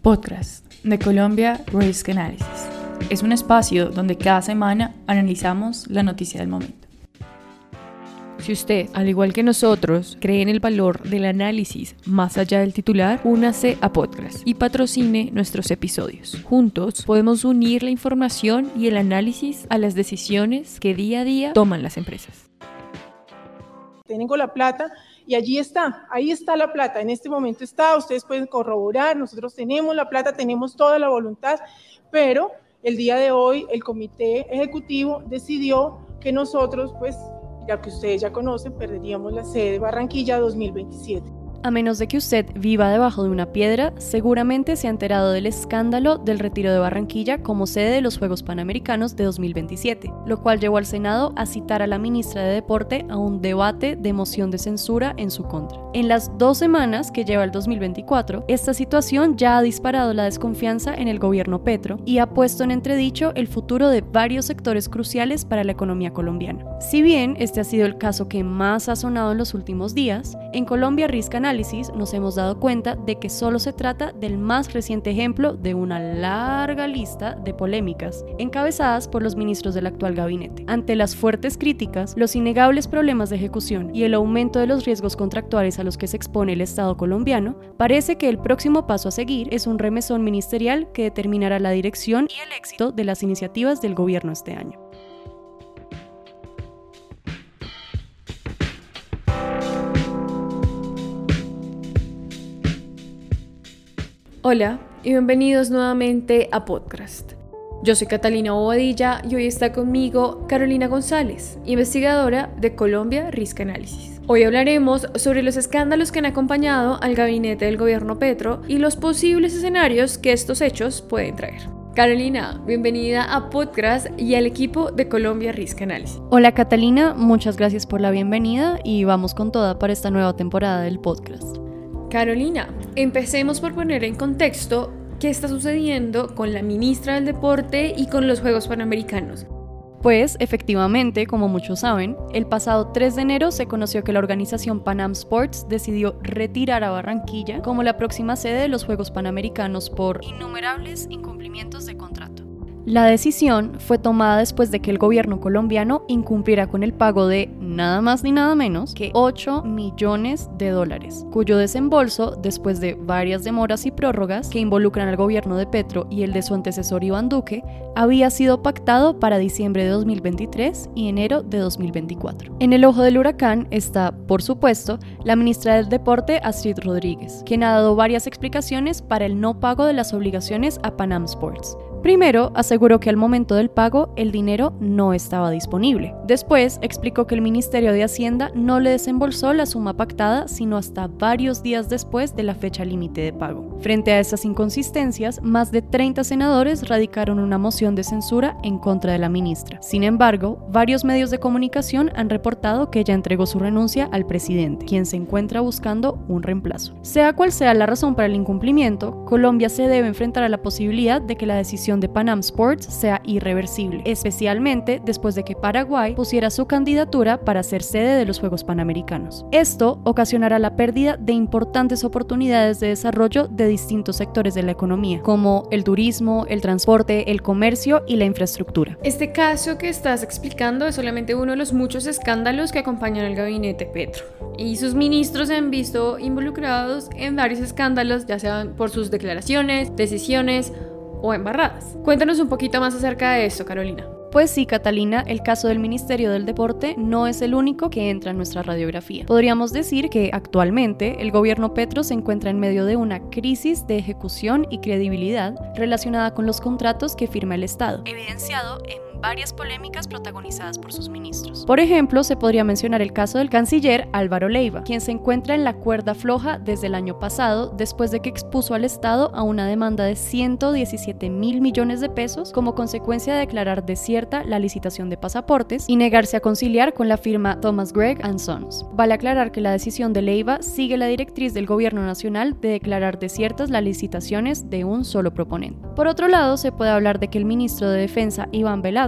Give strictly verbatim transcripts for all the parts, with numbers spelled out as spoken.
Podcast de Colombia Risk Analysis. Es un espacio donde cada semana analizamos la noticia del momento. Si usted, al igual que nosotros, cree en el valor del análisis más allá del titular, únase a Podcast y patrocine nuestros episodios. Juntos podemos unir la información y el análisis a las decisiones que día a día toman las empresas. Tengo la plata y allí está, ahí está la plata, en este momento está, ustedes pueden corroborar, nosotros tenemos la plata, tenemos toda la voluntad, pero el día de hoy el comité ejecutivo decidió que nosotros, pues, ya que ustedes ya conocen, perderíamos la sede de Barranquilla dos mil veintisiete. A menos de que usted viva debajo de una piedra, seguramente se ha enterado del escándalo del retiro de Barranquilla como sede de los Juegos Panamericanos de dos mil veintisiete, lo cual llevó al Senado a citar a la ministra de Deporte a un debate de moción de censura en su contra. En las dos semanas que lleva el dos mil veinticuatro, esta situación ya ha disparado la desconfianza en el gobierno Petro y ha puesto en entredicho el futuro de varios sectores cruciales para la economía colombiana. Si bien este ha sido el caso que más ha sonado en los últimos días, en Colombia Risk Analysis nos hemos dado cuenta de que solo se trata del más reciente ejemplo de una larga lista de polémicas encabezadas por los ministros del actual gabinete. Ante las fuertes críticas, los innegables problemas de ejecución y el aumento de los riesgos contractuales a los que se expone el Estado colombiano, parece que el próximo paso a seguir es un remesón ministerial que determinará la dirección y el éxito de las iniciativas del gobierno este año. Hola y bienvenidos nuevamente a Podcast. Yo soy Catalina Bobadilla y hoy está conmigo Carolina González, investigadora de Colombia Risk Analysis. Hoy hablaremos sobre los escándalos que han acompañado al gabinete del gobierno Petro y los posibles escenarios que estos hechos pueden traer. Carolina, bienvenida a Podcast y al equipo de Colombia Risk Analysis. Hola Catalina, muchas gracias por la bienvenida y vamos con toda para esta nueva temporada del podcast. Carolina, empecemos por poner en contexto qué está sucediendo con la ministra del Deporte y con los Juegos Panamericanos. Pues, efectivamente, como muchos saben, el pasado tres de enero se conoció que la organización Pan Am Sports decidió retirar a Barranquilla como la próxima sede de los Juegos Panamericanos por innumerables incumplimientos de contrato. La decisión fue tomada después de que el gobierno colombiano incumpliera con el pago de nada más ni nada menos que ocho millones de dólares, cuyo desembolso, después de varias demoras y prórrogas que involucran al gobierno de Petro y el de su antecesor Iván Duque, había sido pactado para diciembre de dos mil veintitrés y enero de dos mil veinticuatro. En el ojo del huracán está, por supuesto, la ministra del Deporte, Astrid Rodríguez, quien ha dado varias explicaciones para el no pago de las obligaciones a Pan Am Sports. Primero, aseguró que al momento del pago el dinero no estaba disponible. Después, explicó que el Ministerio de Hacienda no le desembolsó la suma pactada sino hasta varios días después de la fecha límite de pago. Frente a esas inconsistencias, más de treinta senadores radicaron una moción de censura en contra de la ministra. Sin embargo, varios medios de comunicación han reportado que ella entregó su renuncia al presidente, quien se encuentra buscando un reemplazo. Sea cual sea la razón para el incumplimiento, Colombia se debe enfrentar a la posibilidad de que la decisión de Pan Am Sports sea irreversible, especialmente después de que Paraguay pusiera su candidatura para ser sede de los Juegos Panamericanos. Esto ocasionará la pérdida de importantes oportunidades de desarrollo de distintos sectores de la economía, como el turismo, el transporte, el comercio y la infraestructura. Este caso que estás explicando es solamente uno de los muchos escándalos que acompañan al gabinete Petro, y sus ministros se han visto involucrados en varios escándalos, ya sean por sus declaraciones, decisiones o embarradas. Cuéntanos un poquito más acerca de esto, Carolina. Pues sí, Catalina, el caso del Ministerio del Deporte no es el único que entra en nuestra radiografía. Podríamos decir que actualmente el gobierno Petro se encuentra en medio de una crisis de ejecución y credibilidad relacionada con los contratos que firma el Estado, evidenciado en varias polémicas protagonizadas por sus ministros. Por ejemplo, se podría mencionar el caso del canciller Álvaro Leiva, quien se encuentra en la cuerda floja desde el año pasado después de que expuso al Estado a una demanda de ciento diecisiete mil millones de pesos como consecuencia de declarar desierta la licitación de pasaportes y negarse a conciliar con la firma Thomas Gregg and Sons. Vale aclarar que la decisión de Leiva sigue la directriz del gobierno nacional de declarar desiertas las licitaciones de un solo proponente. Por otro lado, se puede hablar de que el ministro de Defensa, Iván Velázquez,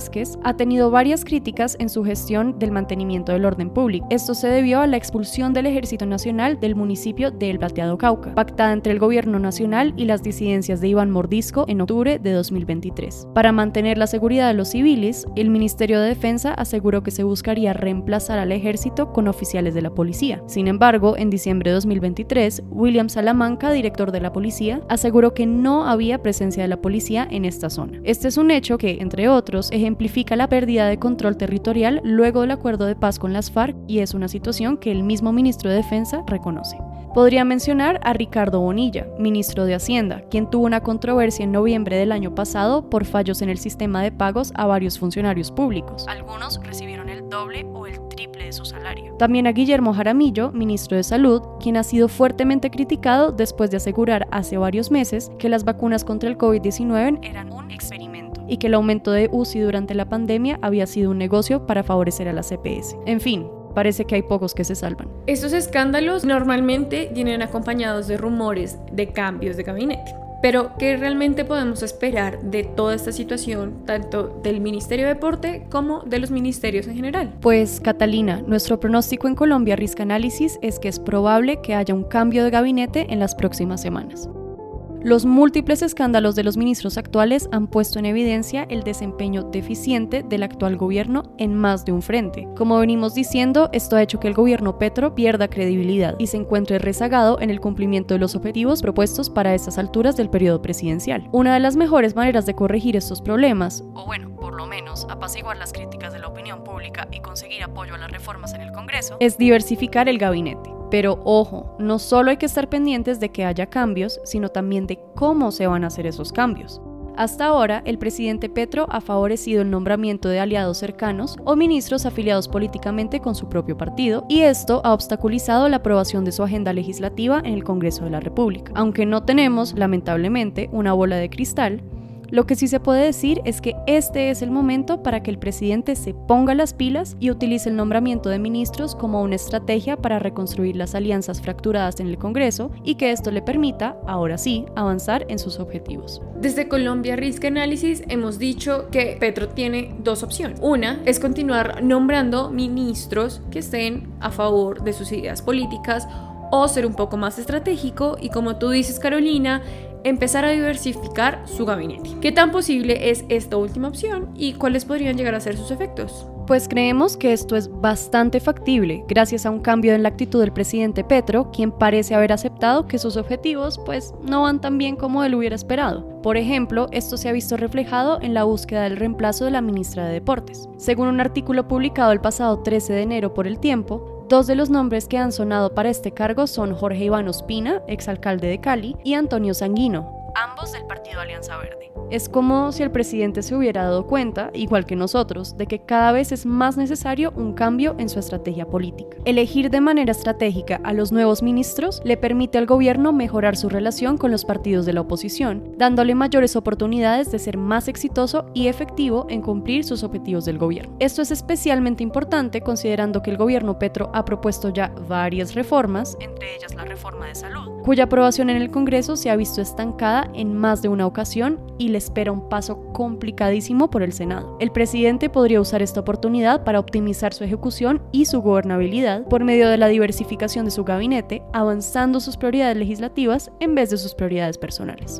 Vázquez, ha tenido varias críticas en su gestión del mantenimiento del orden público. Esto se debió a la expulsión del Ejército Nacional del municipio de El Plateado, Cauca, pactada entre el gobierno nacional y las disidencias de Iván Mordisco en octubre de dos mil veintitrés. Para mantener la seguridad de los civiles, el Ministerio de Defensa aseguró que se buscaría reemplazar al ejército con oficiales de la policía. Sin embargo, en diciembre de dos mil veintitrés, William Salamanca, director de la policía, aseguró que no había presencia de la policía en esta zona. Este es un hecho que, entre otros, ejemplifica la pérdida de control territorial luego del acuerdo de paz con las FARC y es una situación que el mismo ministro de Defensa reconoce. Podría mencionar a Ricardo Bonilla, ministro de Hacienda, quien tuvo una controversia en noviembre del año pasado por fallos en el sistema de pagos a varios funcionarios públicos. Algunos recibieron el doble o el triple de su salario. También a Guillermo Jaramillo, ministro de Salud, quien ha sido fuertemente criticado después de asegurar hace varios meses que las vacunas contra el COVID diecinueve eran un experimento y que el aumento de U C I durante la pandemia había sido un negocio para favorecer a la C P S. En fin, parece que hay pocos que se salvan. Estos escándalos normalmente vienen acompañados de rumores de cambios de gabinete. Pero, ¿qué realmente podemos esperar de toda esta situación, tanto del Ministerio de Deporte como de los ministerios en general? Pues, Catalina, nuestro pronóstico en Colombia Risk Analysis es que es probable que haya un cambio de gabinete en las próximas semanas. Los múltiples escándalos de los ministros actuales han puesto en evidencia el desempeño deficiente del actual gobierno en más de un frente. Como venimos diciendo, esto ha hecho que el gobierno Petro pierda credibilidad y se encuentre rezagado en el cumplimiento de los objetivos propuestos para estas alturas del periodo presidencial. Una de las mejores maneras de corregir estos problemas, o bueno, por lo menos apaciguar las críticas de la opinión pública y conseguir apoyo a las reformas en el Congreso, es diversificar el gabinete. Pero ojo, no solo hay que estar pendientes de que haya cambios, sino también de cómo se van a hacer esos cambios. Hasta ahora, el presidente Petro ha favorecido el nombramiento de aliados cercanos o ministros afiliados políticamente con su propio partido, y esto ha obstaculizado la aprobación de su agenda legislativa en el Congreso de la República. Aunque no tenemos, lamentablemente, una bola de cristal, lo que sí se puede decir es que este es el momento para que el presidente se ponga las pilas y utilice el nombramiento de ministros como una estrategia para reconstruir las alianzas fracturadas en el Congreso y que esto le permita, ahora sí, avanzar en sus objetivos. Desde Colombia Risk Analysis hemos dicho que Petro tiene dos opciones. Una es continuar nombrando ministros que estén a favor de sus ideas políticas o ser un poco más estratégico y, como tú dices, Carolina, empezar a diversificar su gabinete. ¿Qué tan posible es esta última opción y cuáles podrían llegar a ser sus efectos? Pues creemos que esto es bastante factible, gracias a un cambio en la actitud del presidente Petro, quien parece haber aceptado que sus objetivos pues no van tan bien como él hubiera esperado. Por ejemplo, esto se ha visto reflejado en la búsqueda del reemplazo de la ministra de Deportes. Según un artículo publicado el pasado trece de enero por El Tiempo, dos de los nombres que han sonado para este cargo son Jorge Iván Ospina, exalcalde de Cali, y Antonio Sanguino, ambos del partido Alianza Verde. Es como si el presidente se hubiera dado cuenta, igual que nosotros, de que cada vez es más necesario un cambio en su estrategia política. Elegir de manera estratégica a los nuevos ministros le permite al gobierno mejorar su relación con los partidos de la oposición, dándole mayores oportunidades de ser más exitoso y efectivo en cumplir sus objetivos del gobierno. Esto es especialmente importante considerando que el gobierno Petro ha propuesto ya varias reformas, entre ellas la reforma de salud, cuya aprobación en el Congreso se ha visto estancada en más de una ocasión y le espera un paso complicadísimo por el Senado. El presidente podría usar esta oportunidad para optimizar su ejecución y su gobernabilidad por medio de la diversificación de su gabinete, avanzando sus prioridades legislativas en vez de sus prioridades personales.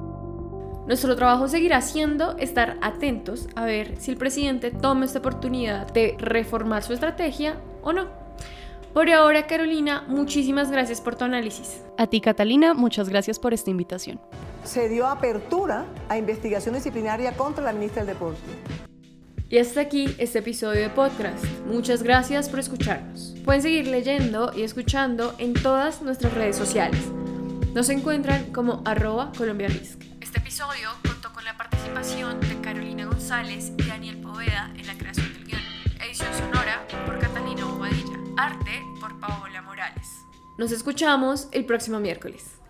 Nuestro trabajo seguirá siendo estar atentos a ver si el presidente toma esta oportunidad de reformar su estrategia o no. Por ahora, Carolina, muchísimas gracias por tu análisis. A ti, Catalina, muchas gracias por esta invitación. Se dio apertura a investigación disciplinaria contra la ministra del Deporte. Y hasta aquí este episodio de podcast. Muchas gracias por escucharnos. Pueden seguir leyendo y escuchando en todas nuestras redes sociales. Nos encuentran como arroba colombiarisk. Este episodio contó con la participación de Carolina González y Daniel Poveda en la creación del guión. Edición sonora por Catalina Bobadilla. Arte por Paola Morales. Nos escuchamos el próximo miércoles.